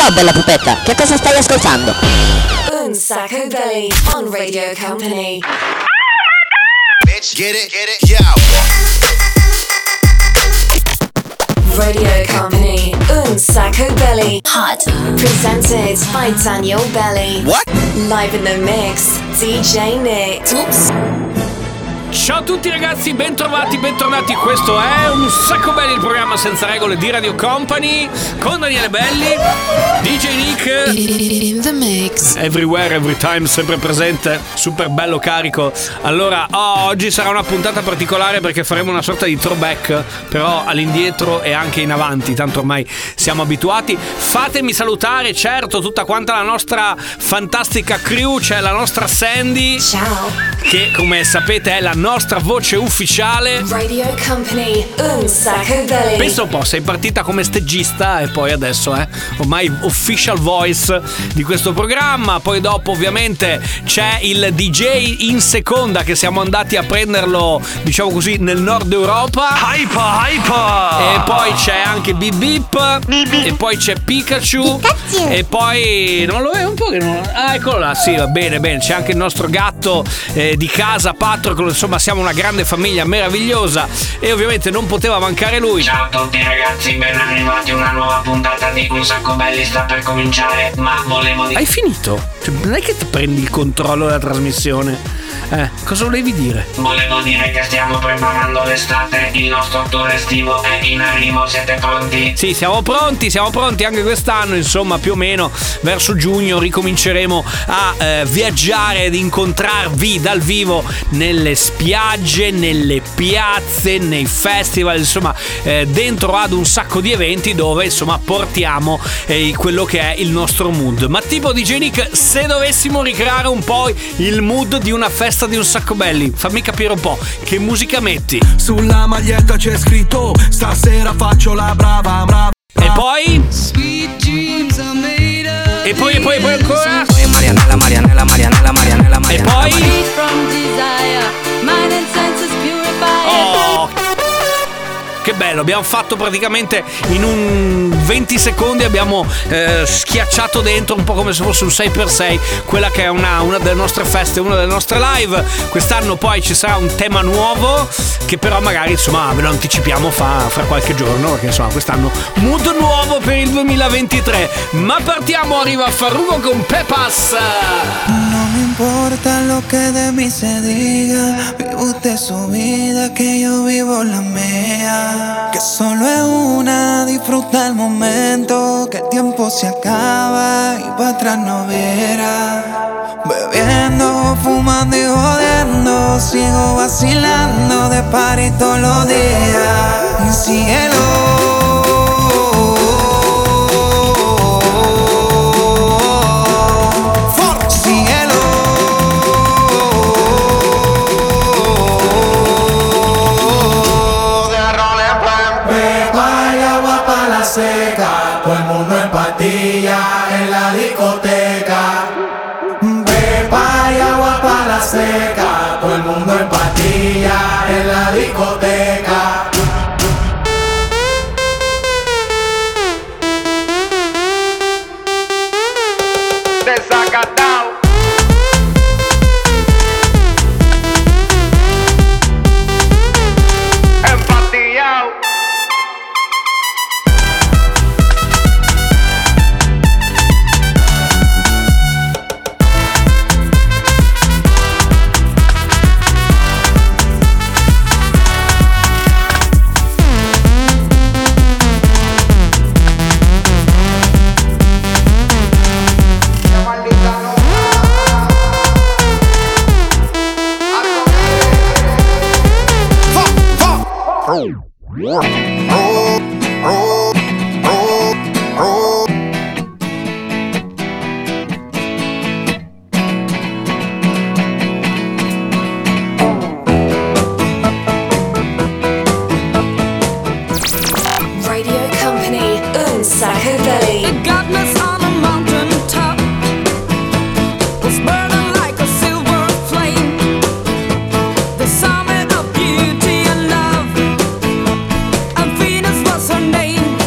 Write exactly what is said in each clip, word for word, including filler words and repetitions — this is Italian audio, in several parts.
Ciao bella pupetta, che cosa stai ascoltando? Un Sacco Belly on Radio Company. Bitch, get it, get it, yo. Radio Company, Un Sacco Belly. Hot. Presented by Daniel Belly. What? Live in the mix, D J Nick. Oops. Ciao a tutti ragazzi, bentrovati, bentornati. Questo è Un Sacco Belli, il programma senza regole di Radio Company, con Daniele Belli, D J Nick in the mix, everywhere, every time, sempre presente, super bello carico. Allora, oh, oggi sarà una puntata particolare perché faremo una sorta di throwback, però all'indietro e anche in avanti, tanto ormai siamo abituati. Fatemi salutare, certo, tutta quanta la nostra fantastica crew. C'è la nostra Sandy, ciao, che come sapete è la nostra voce ufficiale. Radio Company, Un Sacco Belly. Pensa un po', sei partita come stagista e poi adesso è eh, ormai official voice di questo programma. Poi dopo ovviamente c'è il D J in seconda, che siamo andati a prenderlo, diciamo così, nel nord Europa. Hyper, hyper. E poi c'è anche Bip Bip. E poi c'è Pikachu. Pikachu. E poi non lo vedo un po' che non... Ah, eccolo là, sì, va bene, bene. C'è anche il nostro gatto eh, di casa, Patroclo. Insomma, siamo una grande famiglia meravigliosa e ovviamente non poteva mancare lui. Ciao a tutti ragazzi, ben arrivati. Una nuova puntata di Un Sacco Belli sta per cominciare, ma volevo dire... Hai finito? Cioè, non è che ti prendi il controllo della trasmissione? Eh, cosa volevi dire? Volevo dire che stiamo preparando l'estate, il nostro tour estivo è in arrivo, siete pronti? Sì, siamo pronti, siamo pronti anche quest'anno, insomma, più o meno verso giugno ricominceremo a eh, viaggiare ed incontrarvi dal vivo nelle spiagge, nelle piazze, nei festival, insomma, eh, dentro ad un sacco di eventi dove, insomma, portiamo eh, quello che è il nostro mood. Ma tipo D J Nick, se dovessimo ricreare un po' il mood di una festa di Un Sacco Belli, fammi capire un po', che musica metti? Sulla maglietta c'è scritto stasera faccio la brava, brava. E poi? E poi, e poi, e poi ancora? Marianella, Marianella, Marianella, Marianella, E poi? Oh, che bello, abbiamo fatto praticamente in un venti secondi, abbiamo eh, schiacciato dentro un po' come se fosse un sei per sei quella che è una, una delle nostre feste, una delle nostre live. Quest'anno poi ci sarà un tema nuovo che però magari, insomma, ve lo anticipiamo fa, fra qualche giorno, perché insomma quest'anno mood nuovo per il duemilaventitré. Ma partiamo, arriva Farruko con Pepas. No me importa lo que de mí se diga, vive usted su vida, que yo vivo la mía. Que solo es una, disfruta el momento, que el tiempo se acaba y para atrás no verá. Bebiendo, fumando y jodiendo, sigo vacilando de party todos los días. Cielo. Seca, todo el mundo en pastillas en la discoteca. Pepa y agua para la seca, todo el mundo en pastillas en la discoteca. Desacatado. Empastillado. Name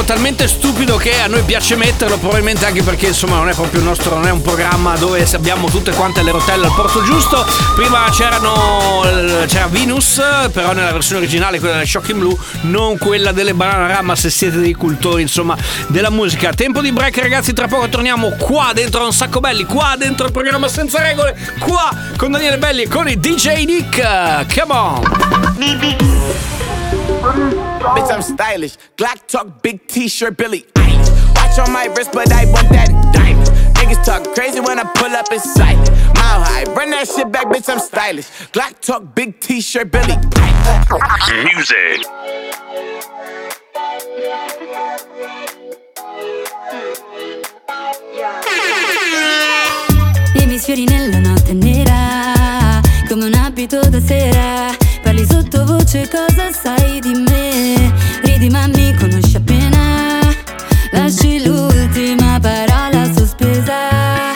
ritmo talmente stupido che a noi piace metterlo, probabilmente anche perché insomma non è proprio il nostro, non è un programma dove abbiamo tutte quante le rotelle al posto giusto. Prima c'erano c'era Venus, però nella versione originale, quella del Shocking Blue, non quella delle Bananarama, se siete dei cultori insomma della musica. Tempo di break ragazzi, tra poco torniamo qua dentro Un Sacco Belli, qua dentro il programma Senza Regole, qua con Daniele Belli e con i D J Nick. Come on! Bitch, I'm stylish. Glock talk, big t-shirt, Billy Eilish. Watch on my wrist, but I want that diamond. Niggas talk crazy when I pull up in sight. Mile high, run that shit back, bitch, I'm stylish. Glock talk, big t-shirt, Billy Eilish. Music. I miei sfiori nella notte nera, come un abito da sera. Parli sottovoce, cosa sai di me? Ridi ma mi conosci appena. Lasci l'ultima parola sospesa.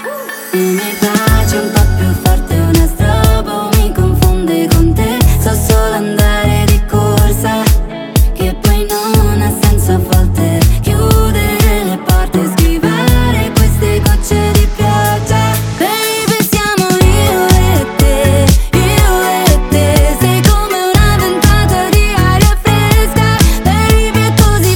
E mi piace un po' più forte una strobo, mi confonde con te. So solo andare di corsa, che poi non ha senso a volte. Chiudere le porte, schivare queste gocce di pioggia. Baby, siamo io e te, io e te. Sei come una ventata di aria fresca. Baby, è così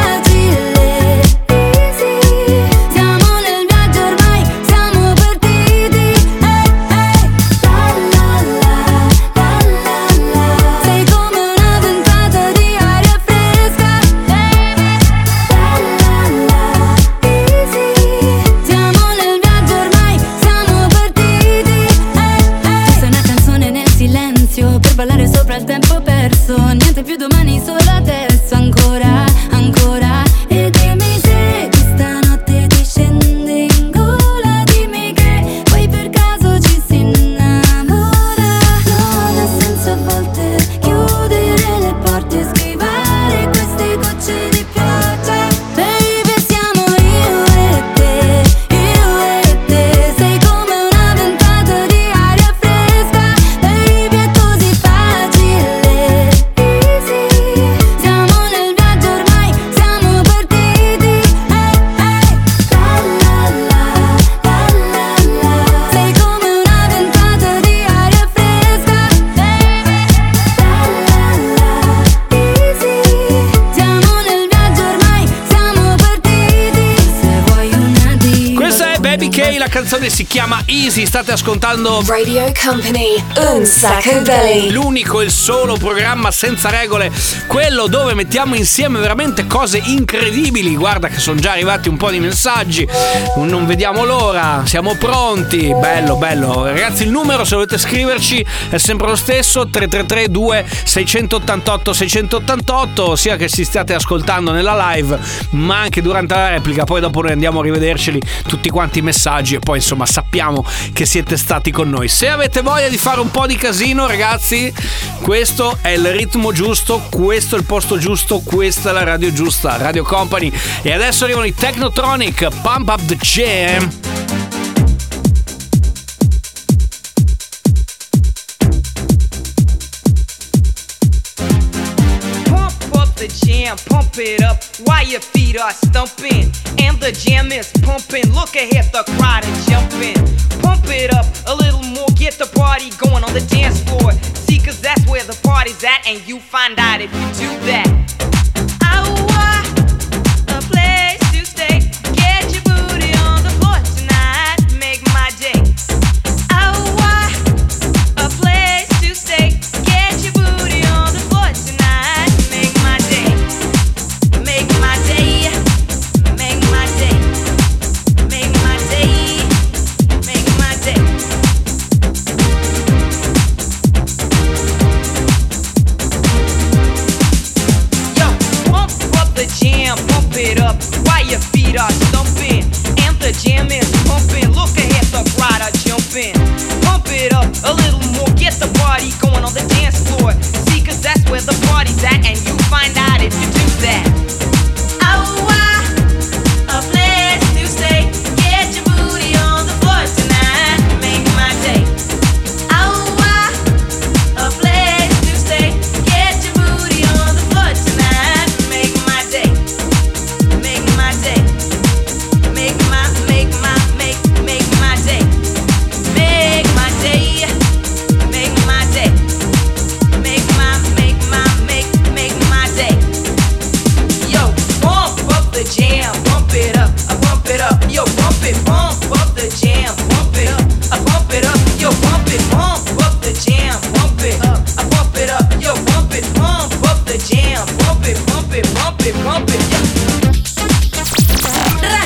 facile, easy. Siamo nel viaggio ormai, siamo partiti. Ehi, ehi, la la la, la la la. Sei come una ventata di aria fresca. Baby, la la la, easy. Siamo nel viaggio ormai, siamo partiti. Ehi, ehi. Questa è una canzone nel silenzio, per ballare sopra il tempo perso. Niente più domani, solo adesso. Ancora, ancora. E dimmi se questa notte ti scende in gola. Dimmi che poi per caso ci si innamora. Non ha senso a volte chiudere le porte e schivare queste gocce di pioggia. Baby, siamo io e te, io e te. Sei come una ventata di aria fresca. Baby, è così facile, easy. Siamo nel viaggio ormai, siamo partiti. Ehi, ehi, la la la, la la la. Sei come una ventata di aria fresca. Baby, la la la, easy. Siamo nel viaggio ormai, siamo partiti. Se vuoi una diva. Questa è Baby K, la canzone si chiama Easy, state ascoltando Radio Company, Un Sacco Belly. l'unico e il solo programma Senza Regole, quello dove mettiamo insieme veramente cose incredibili. Guarda che sono già arrivati un po' di messaggi, non vediamo l'ora, siamo pronti. Bello, bello. Ragazzi, il numero se volete scriverci è sempre lo stesso, tre tre tre due sei otto otto sei otto otto, sia che si stiate ascoltando nella live ma anche durante la replica. Poi dopo noi andiamo a rivederceli tutti quanti i messaggi e poi insomma sappiamo che siete stati con noi. Se avete voglia di fare un po' di casino ragazzi, questo è il ritmo giusto, questo è il posto giusto, questa è la radio giusta, Radio Company. E adesso arrivano i Technotronic, Pump Up the Jam. Pump up the jam, pump it up while your feet are stumping. And the jam is pumping, look ahead, the crowd is jumping. Pump it up a little more, get the party going on the dance floor. See, cause that's where the party's at, and you find out if you do that. Oh, a place to stay, get your booty on the floor tonight, make my day. Oh, a place to stay, get your booty on the floor tonight, make my day. Make my day, make my day, make my day, make my day. Yo, pump up the jam, pump it up while your feet are stumping. And the jam is pumping, look ahead, the crowd are jumping. Pump it up a little more, get the party going on the dance floor. See, cause that's where the party's at, and you find out if you do that. Oh, a place to stay, get your booty on the floor tonight, make my day. Oh, a place to stay, get your booty on the floor tonight, make my day.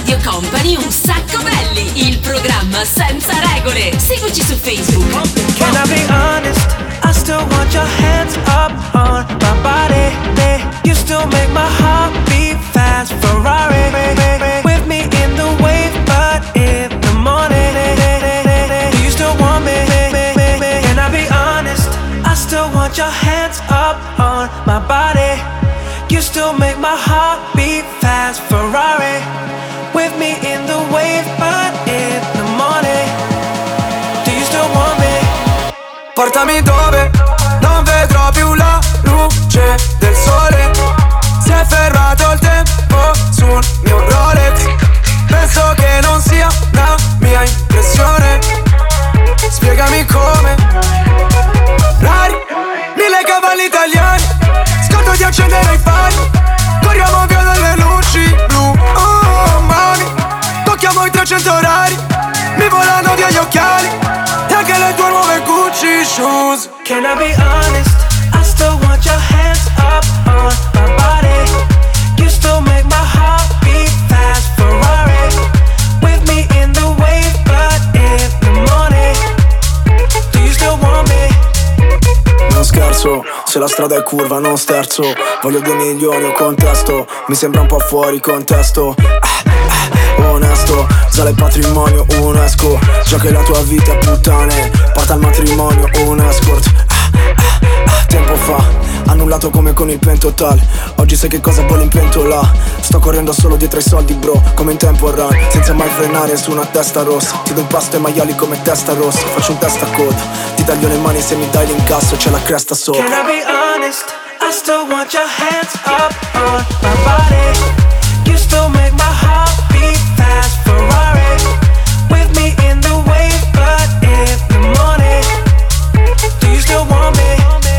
Radio Company Un Sacco Belli, il programma senza regole. Seguici su Facebook. Can I be honest? I still want your hands up on my body. You still make my heart beat fast. Ferrari with me in the wave, but in the morning. Do you still want me? Can I be honest? I still want your hands up on my body. You still make my heart beat fast. Ferrari with me in the wave, but in the morning. Do you still want me? Portami dove non vedrò più la luce del sole. Si è fermato il tempo sul mio Rolex. Penso che non sia una mia impressione. Spiegami come. Rari, mille cavalli italiani. Scordo di accendere i fari. Corriamo via dalle luci blu. Oh, mami, tocchiamo i trecento orari. Mi volano via gli occhiali. E anche le tue nuove Gucci shoes. Can I be honest? I still want your hands up on my body. You still make my heart beat fast. Ferrari with me in the wave, but in the morning. Do you still want me? Non scherzo, se la strada è curva non sterzo. Voglio due milioni o contesto. Mi sembra un po' fuori contesto. ah, ah, Onesto, sale il patrimonio UNESCO. Già che la tua vita è puttane. Porta al matrimonio un escort. ah, ah, ah, Tempo fa, annullato come con il pentotal. Oggi sai che cosa vuole in pentola. Sto correndo solo dietro ai soldi bro, come in tempo run. Senza mai frenare su una testa rossa. Ti do impasto ai maiali come testa rossa. Faccio un testa a coda. Ti taglio le mani se mi dai l'incasso. C'è la cresta sopra. Can I be honest? I still want your hands up on my body. You still make my heart beat fast. Ferrari with me in the wave, but in the morning. Do you still want me?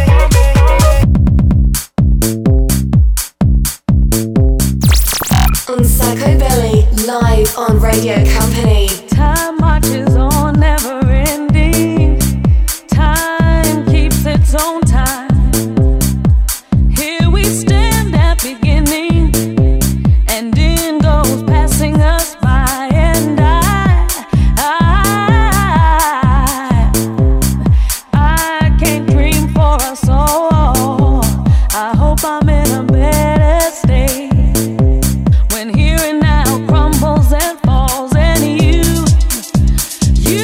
Un Sacco Belly, live on Radio Company. Time marches on, never ending. Time keeps its own time. Here we stand at beginning, and in goes passing us by. And I, I, I can't dream for us all. I hope I'm in a better state. When here and now crumbles and falls, and you, you,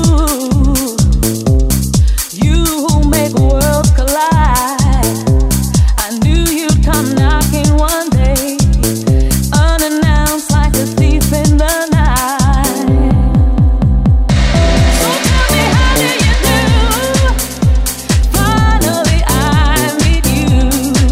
you who make worlds collide. I knew you'd come knocking one day, unannounced like a thief in the night. So tell me, how do you do? Finally I meet you.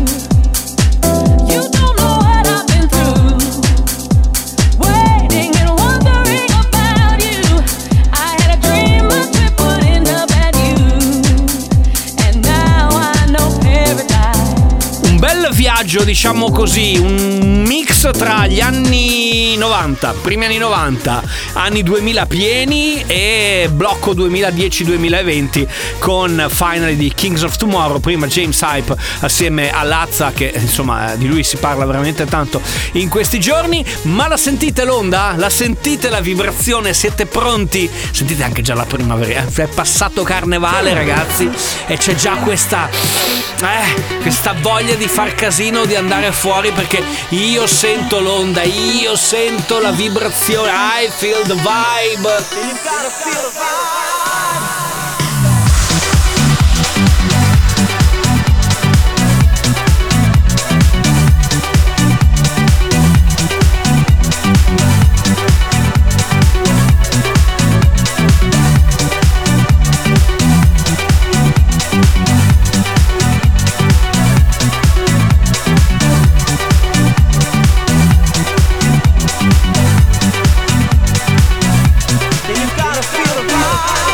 You don't know what I've been through, waiting and wondering about you. I had a dream my trip would end up at you, and now I know paradise. Un bel viaggio, diciamo così, un mix tra gli anni novanta, primi anni novanta, anni duemila pieni e blocco duemiladieci duemilaventi con Finally di Kings of Tomorrow. Prima James Hype assieme a Lazza, che insomma di lui si parla veramente tanto in questi giorni. Ma la sentite l'onda? La sentite la vibrazione? Siete pronti? Sentite anche già la primavera, è passato carnevale ragazzi e c'è già questa eh, questa voglia di far casino, di andare fuori, perché io sento l'onda, io sento la vibrazione. I feel the vibe. Then you gotta feel the vibe.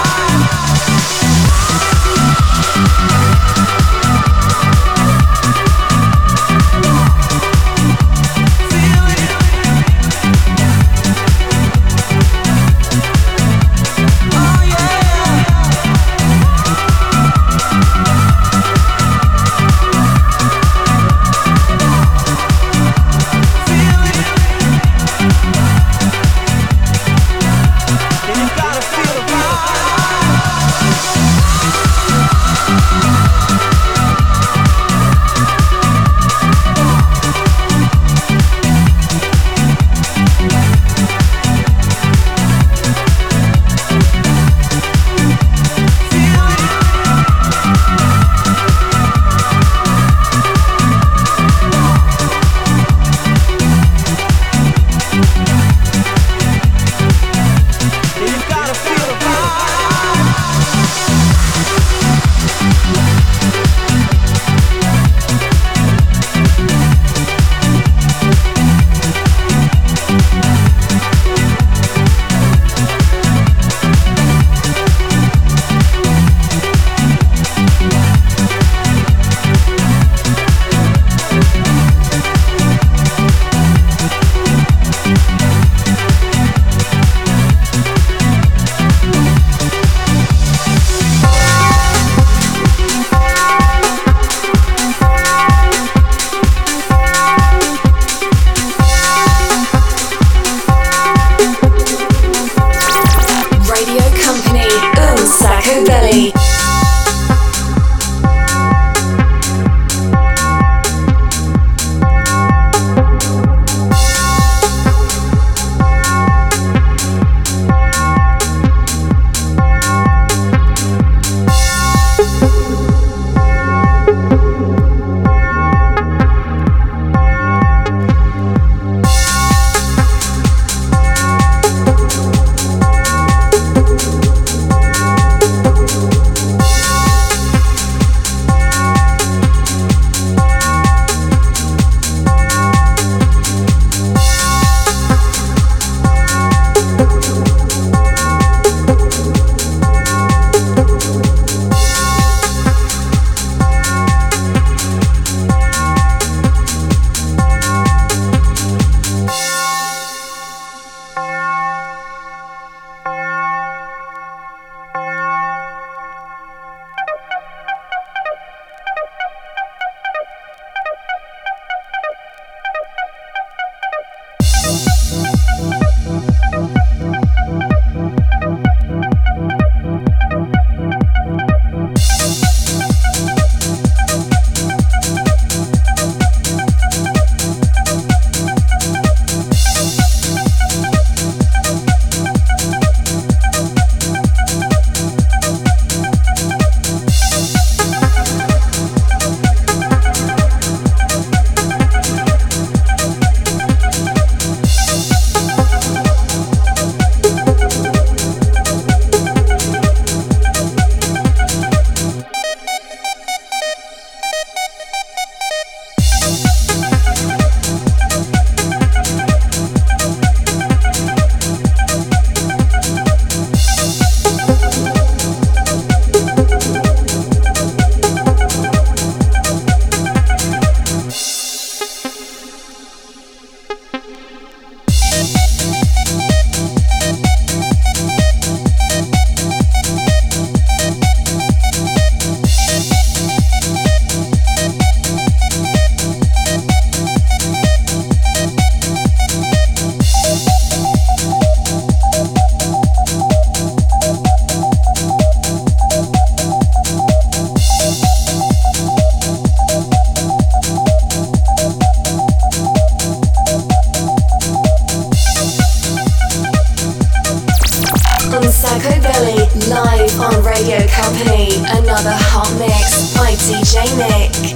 Live on Radio Company, another hot mix by D J Nick.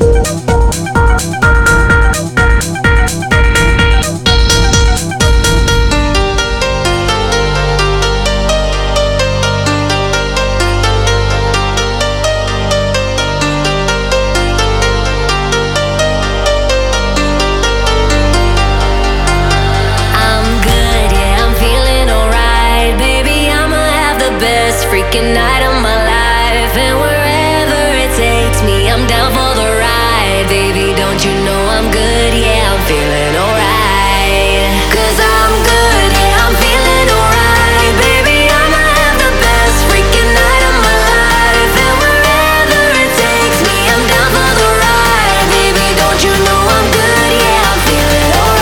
Freaking night of my life, and wherever it takes me, I'm down for the ride. Baby, don't you know I'm good? Yeah, I'm feeling alright. Cause I'm good, yeah, I'm feeling alright. Baby, I'ma have the best freaking night of my life, and wherever it takes me, I'm down for the ride. Baby, don't you know I'm good? Yeah, I'm feeling alright.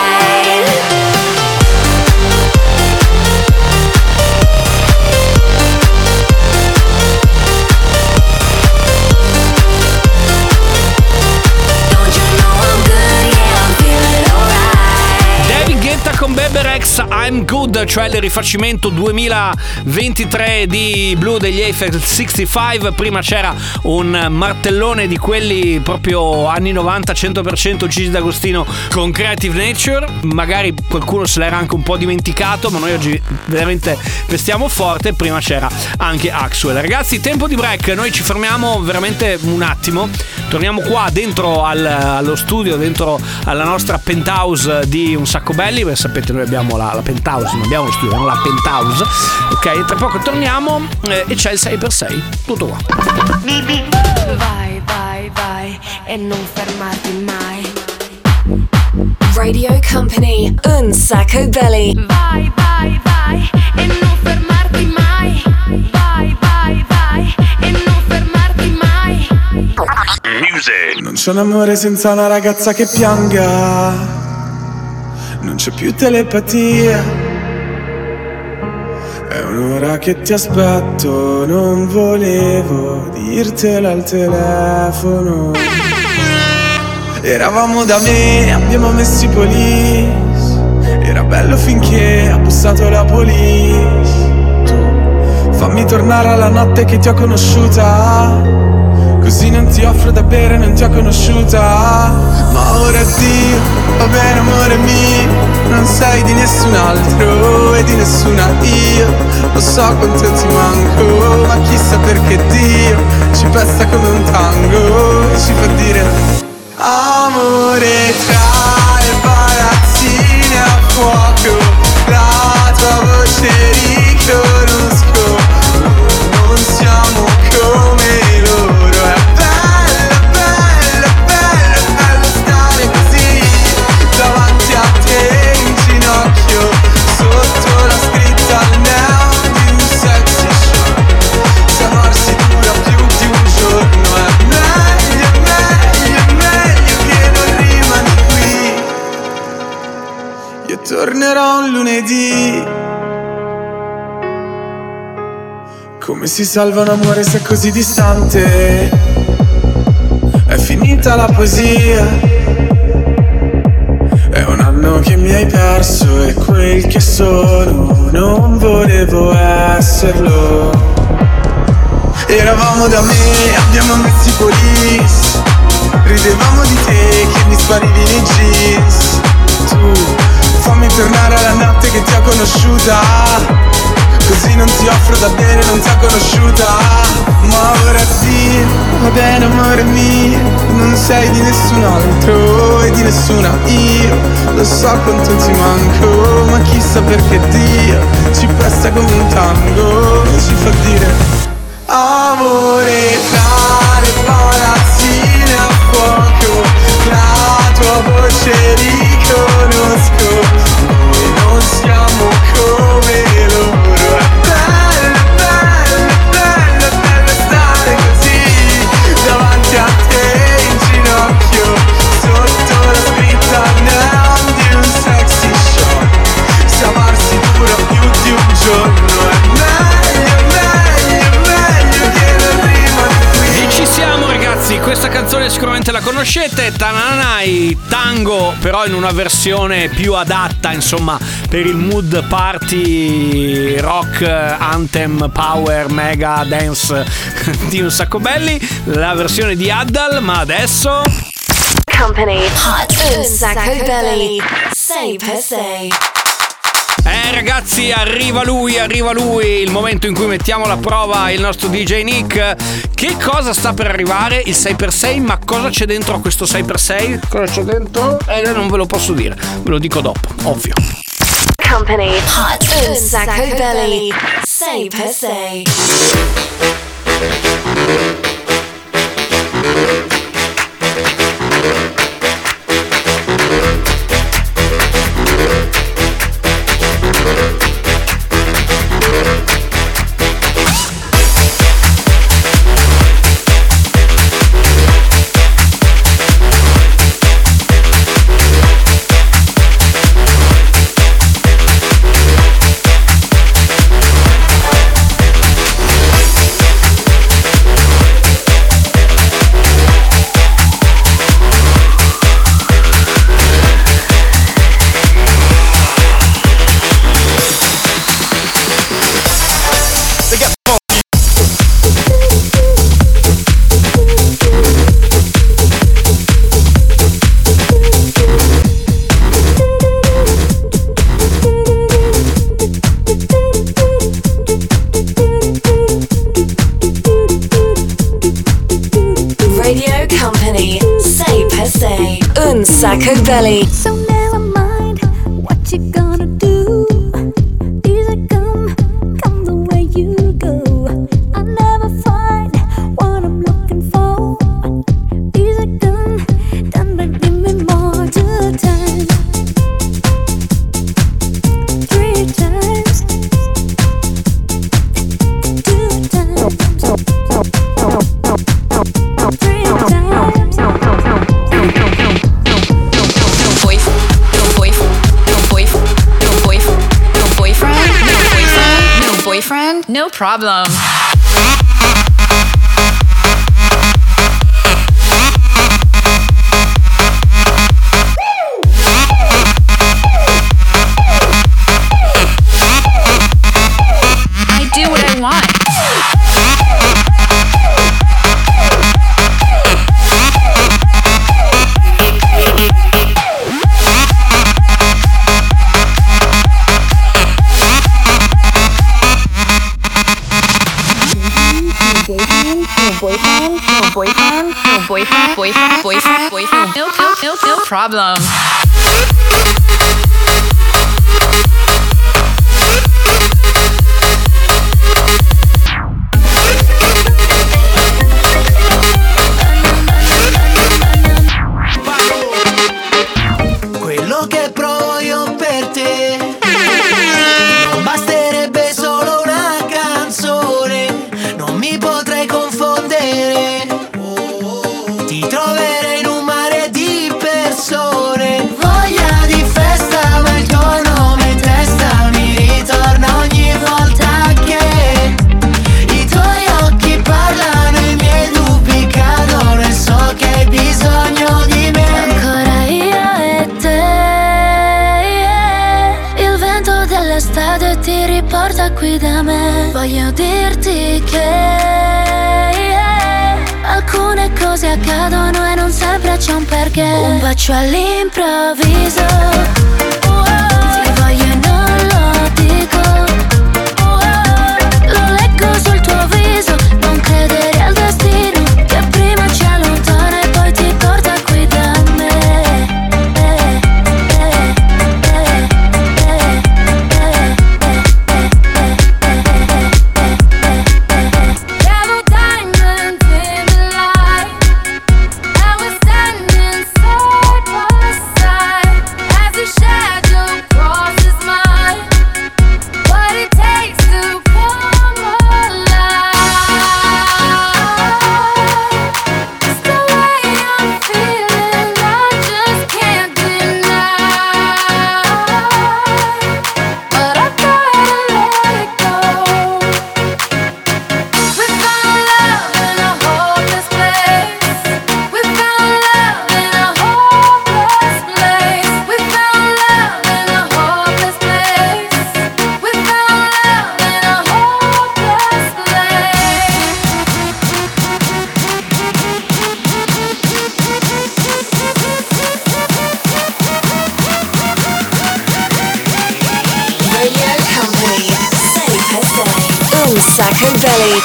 Con Beberex I'm Good, cioè il rifacimento duemilaventitré di Blue degli Eiffel sessantacinque. Prima c'era un martellone di quelli proprio anni novanta cento per cento Gigi D'Agostino con Creative Nature. Magari qualcuno se l'era anche un po' dimenticato, ma noi oggi veramente pestiamo forte. Prima c'era anche Axwell. Ragazzi, tempo di break, noi ci fermiamo veramente un attimo. Torniamo qua dentro al, allo studio, dentro alla nostra penthouse di Un Sacco Belli. Beh, sapete, noi abbiamo la, la penthouse, non abbiamo lo studio, abbiamo la penthouse. Ok, tra poco torniamo eh, e c'è il sei per sei. Tutto qua. Vai, vai, vai e non fermarti mai. Radio Company, Un Sacco Belli. Vai, vai, vai e non fermarti mai. Vai, vai, vai e non fermarti mai. Music. Non c'è un amore senza una ragazza che pianga, non c'è più telepatia. È un'ora che ti aspetto, non volevo dirtelo al telefono. Eravamo da me, abbiamo messo i police. Era bello finché ha bussato la police. Tu fammi tornare alla notte che ti ho conosciuta, così non ti offro da bere, non ti ho conosciuta. Ma ora addio, va bene amore mio, non sei di nessun altro e di nessuna io. Lo so quanto ti manco, ma chissà perché Dio ci pesta come un tango e ci fa dire amore tra le palazzine a fuoco. La tua voce riconosco, non siamo come loro. È bello, bello, bello, bello stare così davanti a te in ginocchio, sotto la scritta al neon di un sexy show. Se amarsi dura più di un giorno è meglio, meglio, meglio che non rimani qui. Io tornerò un lunedì. Come si salva un amore se è così distante? È finita la poesia. È un anno che mi hai perso e quel che sono non volevo esserlo. Eravamo da me, abbiamo messo i police. Ridevamo di te che mi sparivi nei jeans. Tu fammi tornare alla notte che ti ho conosciuta, così non ti offro da bere, non ti ho conosciuta. Ma ora sì, va bene amore mio, non sei di nessun altro e di nessuna io. Lo so quanto ti manco, ma chissà perché Dio ci pesta come un tango e ci fa dire amore tra le palazzine a fuoco. La tua voce riconosco, noi non siamo come loro. voi sicuramente la conoscete, Tananai Tango, però in una versione più adatta, insomma, per il mood party rock, anthem, power, mega dance di Un Sacco Belli, la versione di Addal, ma adesso Company Hot Un Sacco Belli, sei per sei. Eh ragazzi, arriva lui, arriva lui, il momento in cui mettiamo alla prova il nostro D J Nick. Che cosa sta per arrivare? Il sei per sei, ma cosa c'è dentro a questo sei per sei? Cosa c'è dentro? Eh, non ve lo posso dire, ve lo dico dopo, ovvio. Company Hot Un Sacco Belli, sei per sei. Un Sacco Belli. So never mind what you gonna do. Easy come, come the way you go. I never find what I'm looking for. Easy come, done but give me more two times. Three times. Two times. Three times. Boyfriend? No problem. I do what I want. Boyfriend, no boyfriend, no boyfriend, boyfriend, boyfriend, boyfriend, no, no, no, no problem. Quello che provo io per te non basterebbe solo una canzone, non mi potrei confondere, ti troverei in un mare di persone. Voglia di festa ma il tuo nome in testa mi ritorna ogni volta che i tuoi occhi parlano, i miei dubbi cadono e so che hai bisogno di me. Ancora io e te, il vento dell'estate ti riporta qui da me. Voglio dirti che alcune cose accadono e non sempre c'è un perché. Un bacio all'improvviso, ti voglio e non lo dico, lo leggo sul tuo viso. Non credere al destino che prima ci allontana e poi ti porta qui da me. As we Sacco Belly.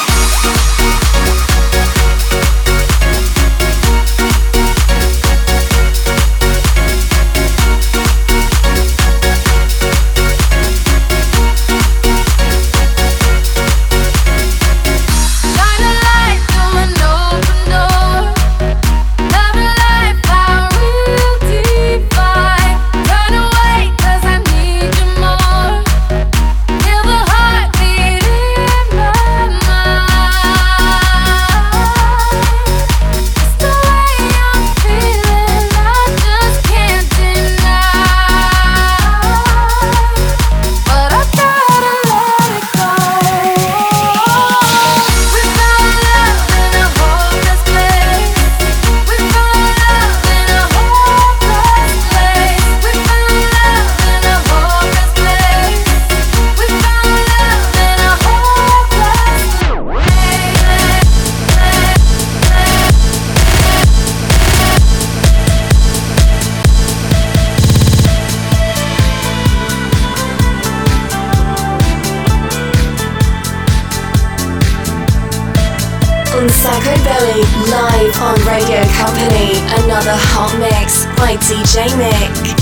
Sacco Belly, live on Radio Company. Another hot mix by D J Nick.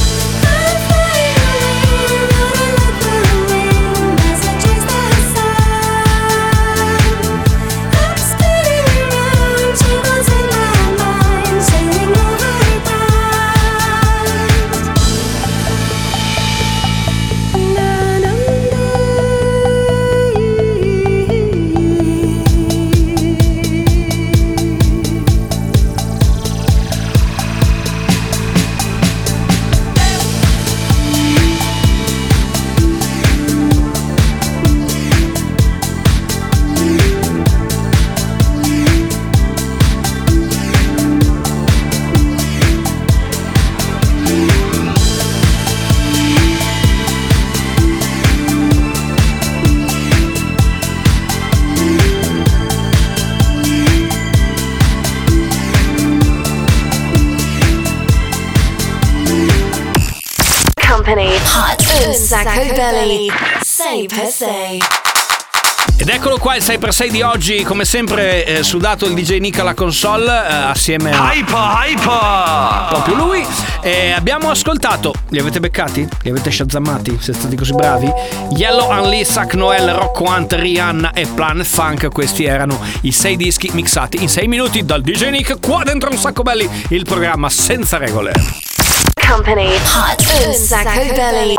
Hot un Sacco Belly sei per sei. Ed eccolo qua il sei per sei di oggi, come sempre eh, sudato il D J Nick alla console eh, assieme a Hyper, Hyper! proprio lui. E abbiamo ascoltato, li avete beccati? Li avete shazammati? Siete stati così bravi? Yellow, Unleashed, Sac Noel, Rocco Hunt, Rihanna e Planet Funk. Questi erano i sei dischi mixati in sei minuti dal D J Nick qua dentro un Sacco Belli, il programma senza regole. Company Hot un Sacco Belly.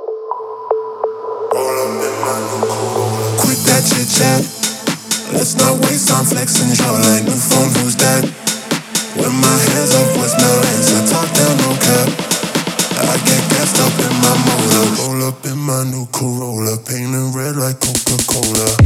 Quit that chit chat. Let's not waste time flexing. Show like new phone, who's that? With my hands up, what's my answer? Top down, no cap. I get gassed up in my motor. Roll up in my new Corolla, painted red like Coca-Cola.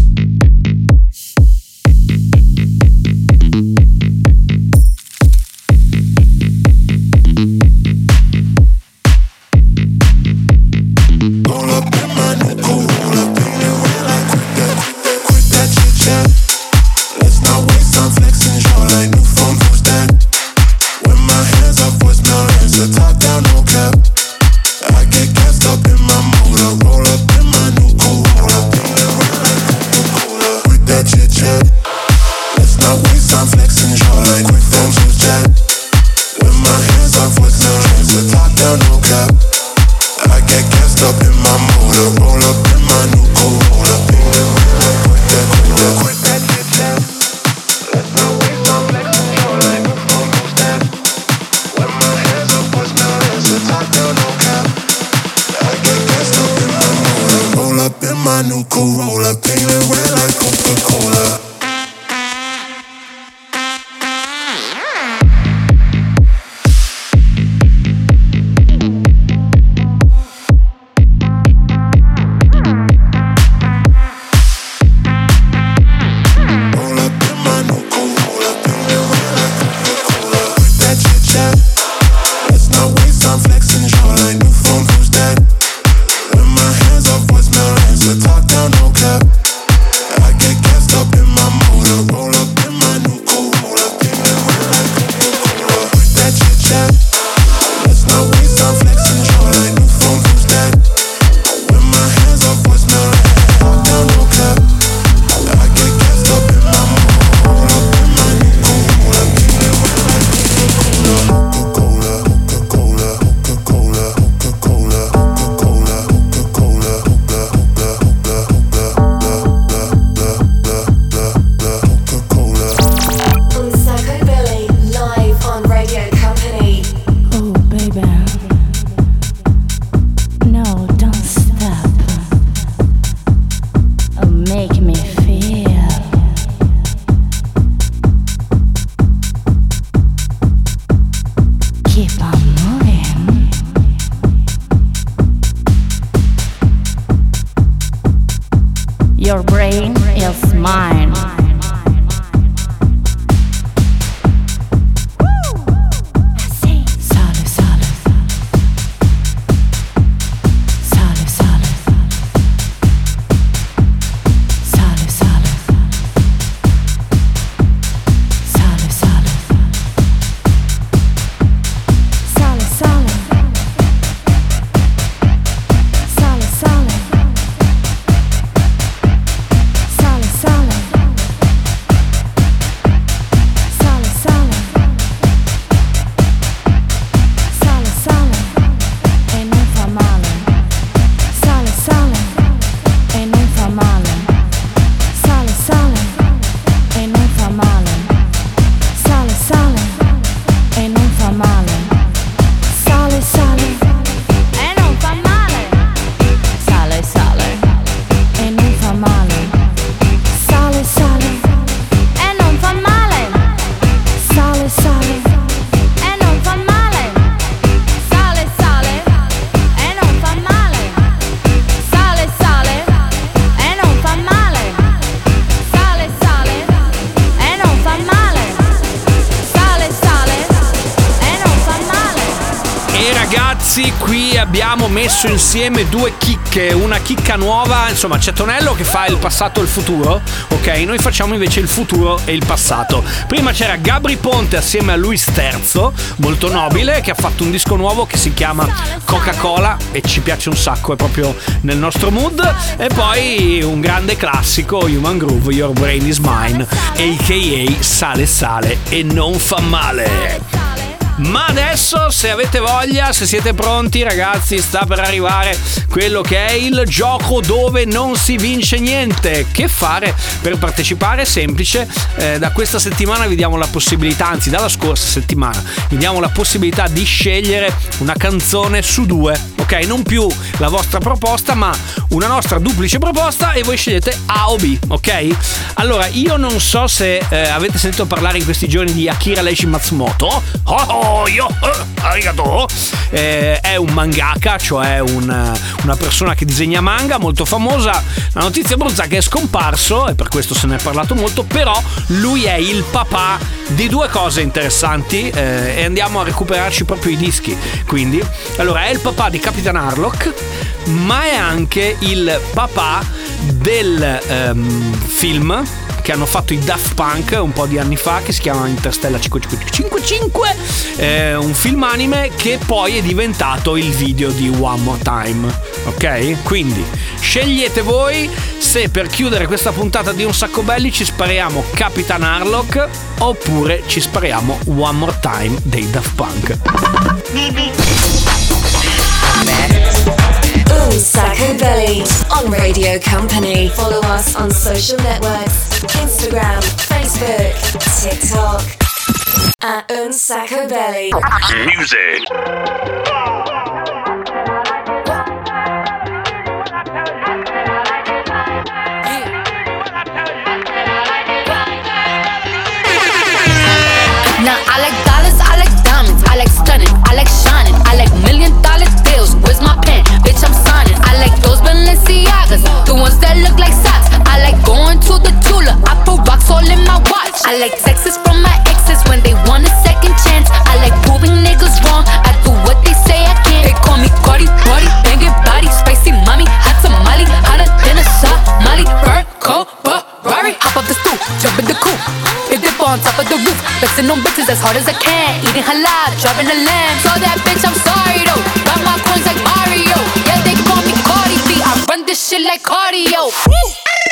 Top down, no cap. I get gassed up in my Your brain is mine. Qui abbiamo messo insieme due chicche, una chicca nuova, insomma c'è Tonello che fa il passato e il futuro, ok? Noi facciamo invece il futuro e il passato. Prima c'era Gabry Ponte assieme a Luis Terzo, molto nobile, che ha fatto un disco nuovo che si chiama Coca-Cola e ci piace un sacco, è proprio nel nostro mood. E poi un grande classico, Human Groove, Your Brain is Mine, a k a sale sale e non fa male. Ma adesso, se avete voglia, se siete pronti ragazzi, sta per arrivare quello che è il gioco dove non si vince niente. Che fare per partecipare? Semplice, eh, da questa settimana vi diamo la possibilità, anzi dalla scorsa settimana vi diamo la possibilità di scegliere una canzone su due, ok? Non più la vostra proposta ma una nostra duplice proposta e voi scegliete A o B, ok? Allora, io non so se eh, avete sentito parlare in questi giorni di Akira Leishi Matsumoto. Oh, oh io, eh, arigato. Eh, è un mangaka, cioè un, una persona che disegna manga, molto famosa. La notizia brutta è che è scomparso e per questo se ne è parlato molto, però lui è il papà di due cose interessanti eh, e andiamo a recuperarci proprio i dischi. Quindi, allora, è il papà di Capitan Harlock, ma è anche il papà del um, film che hanno fatto i Daft Punk un po' di anni fa, che si chiama Interstellar cinquecentocinquantacinque, eh, un film anime che poi è diventato il video di One More Time, ok? Quindi scegliete voi se per chiudere questa puntata di Un Sacco Belli ci spariamo Capitan Harlock oppure ci spariamo One More Time dei Daft Punk. Un Sacco Belly on Radio Company. Follow us on social networks, Instagram, Facebook, TikTok at Un Sacco Belly. Music. Now I like dollars, I like diamonds, I like stunning, I like shining, I like million dollar deals. Where's my pen? Bitch, I'm signing. I like those Balenciagas, the ones that look like socks. I like going to the Tula, I put rocks all in my watch. I like texts from my exes when they want a second chance. I like proving niggas wrong, I do what they say I can't. They call me Cardi, Cardi, banging body, spicy mommy, hot tamale, hotter than a Somali. Burn, cold, Ferrari, hop up the stoop, jump in the coupe. Hit dip on top of the roof, flexing on bitches as hard as I can. Eating halal, driving a lamb. So that bitch, I'm sorry though. Got my coins like Mario. Yeah, they call me Cardi B. I run this shit like cardio. Woo!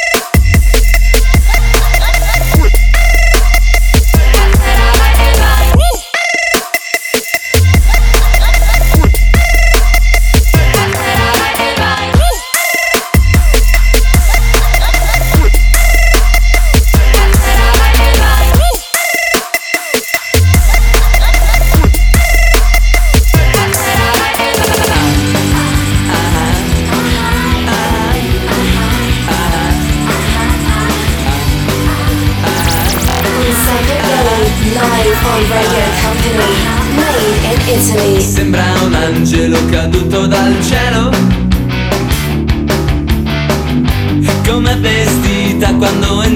Sembra un angelo caduto dal cielo, come vestito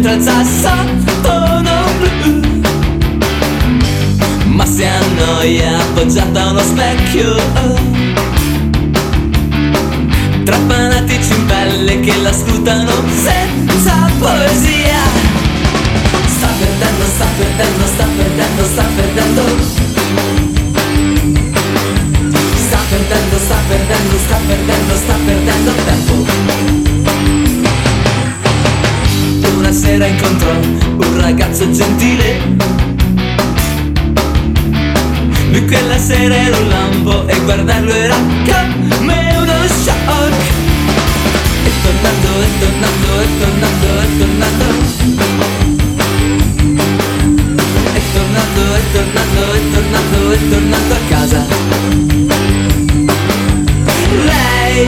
senza sottotono blu. Ma si annoia appoggiata a uno specchio, tra fanatici in pelle che la scrutano senza poesia. Sta perdendo, sta perdendo, sta perdendo, sta perdendo. Sta perdendo, sta perdendo, sta perdendo, sta perdendo tempo. Una sera incontrò un ragazzo gentile. Lui quella sera era un lampo e guardarlo era come uno shock. E tornando, e tornando, e tornando, e tornando. E tornando, e tornando, e tornando, e tornando a casa. Lei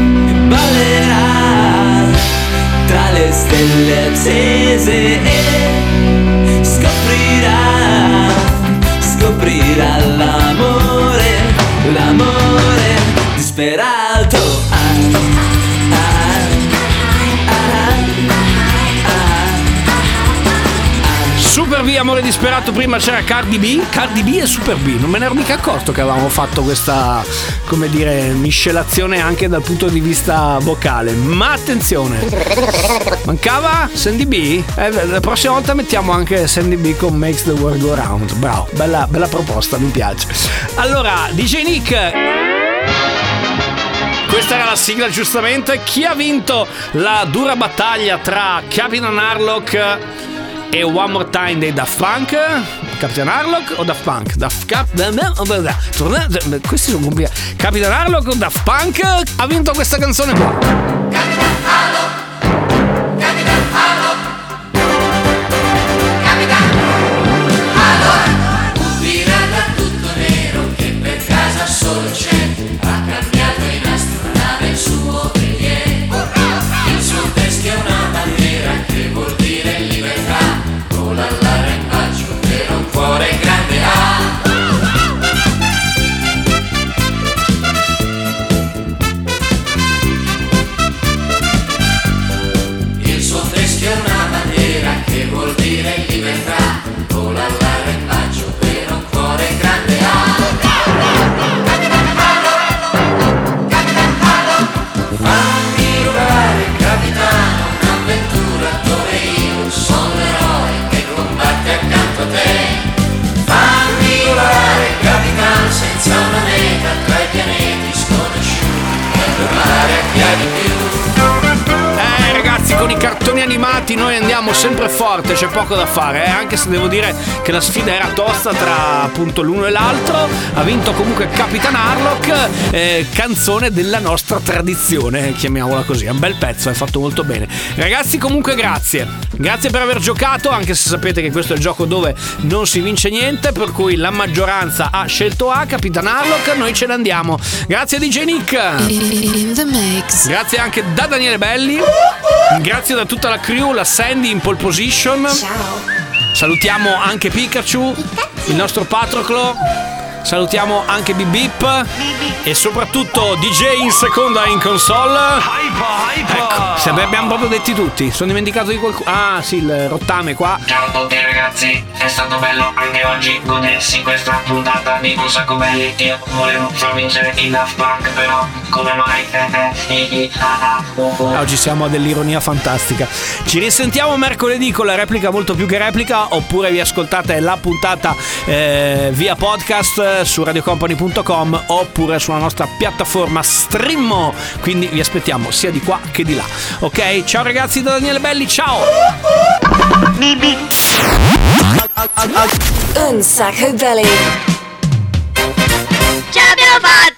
ballerà tra le stelle accese e scoprirà, scoprirà l'amore, l'amore disperato. Ah, ah, ah, ah. Super B, amore disperato. Prima c'era Cardi B, Cardi B e Super B. Non me ne ero mica accorto che avevamo fatto questa, come dire, miscelazione anche dal punto di vista vocale. Ma attenzione, mancava Sandy B. Eh, la prossima volta mettiamo anche Sandy B con Makes the World Go Round. Bravo, bella, bella proposta, mi piace. Allora, D J Nick, questa era la sigla, giustamente. Chi ha vinto la dura battaglia tra Capitan Harlock e One More Time dei Daft Punk? Capitan Harlock o Daft Punk? Daft Cap... Questi sono complicati. Capitan Harlock o Daft Punk ha vinto questa canzone qua. Capitan Harlock, Capitan Harlock, Capitan Harlock. Un pirata tutto nero che per casa solo c'è, ha cambiato in astronave il suo velier. Il suo teschio è una bandiera che vuol dire libertà, con l'allargaggio per un cuore grande ha. Il suo teschio è una bandiera che vuol dire libertà, con l'allargaggio per un cuore grande ha. Capitan Harlock, Capitan Harlock, fammi rubare capitano un'avventura dove io sono l'eroe che combatte accanto a te. Fammi volare capitano senza una meta tra i pianeti sconosciuti e tornare a chi ha di più. Eh ragazzi, con i cartoni animati noi andiamo sempre forte, c'è poco da fare, eh? Anche se devo dire che la sfida era tosta tra appunto l'uno e l'altro. Ha vinto comunque Capitan Harlock, eh, canzone della nostra tradizione, chiamiamola così. È un bel pezzo, è fatto molto bene. Ragazzi, comunque grazie. Grazie per aver giocato, anche se sapete che questo è il gioco dove non si vince niente, per cui la maggioranza ha scelto A, Capitan Harlock, noi ce ne andiamo. Grazie D J Nick. In the mix. Grazie anche da Daniele Belli. Grazie da tutta la crew, la Sandy in pole position. Ciao. Salutiamo anche Pikachu, il nostro Patroclo. Salutiamo anche Bip Bip e soprattutto D J in seconda in console. Ecco, se abbiamo proprio detti tutti. Sono dimenticato di qualcuno. Ah sì, il rottame qua. Ciao a tutti ragazzi, è stato bello anche oggi godersi questa puntata di Un Sacco Belli. Io volevo far vincere i Daft Punk, però come mai? Oggi siamo a dell'ironia fantastica. Ci risentiamo mercoledì con la replica Molto Più Che Replica, oppure vi ascoltate la puntata eh, via podcast su radio company punto com oppure sulla nostra piattaforma Streammo. Quindi vi aspettiamo sia di qua che di là. Ok, ciao ragazzi da Daniele Belli, ciao. Un Sacco Belli. Ce l'abbiamo fatta!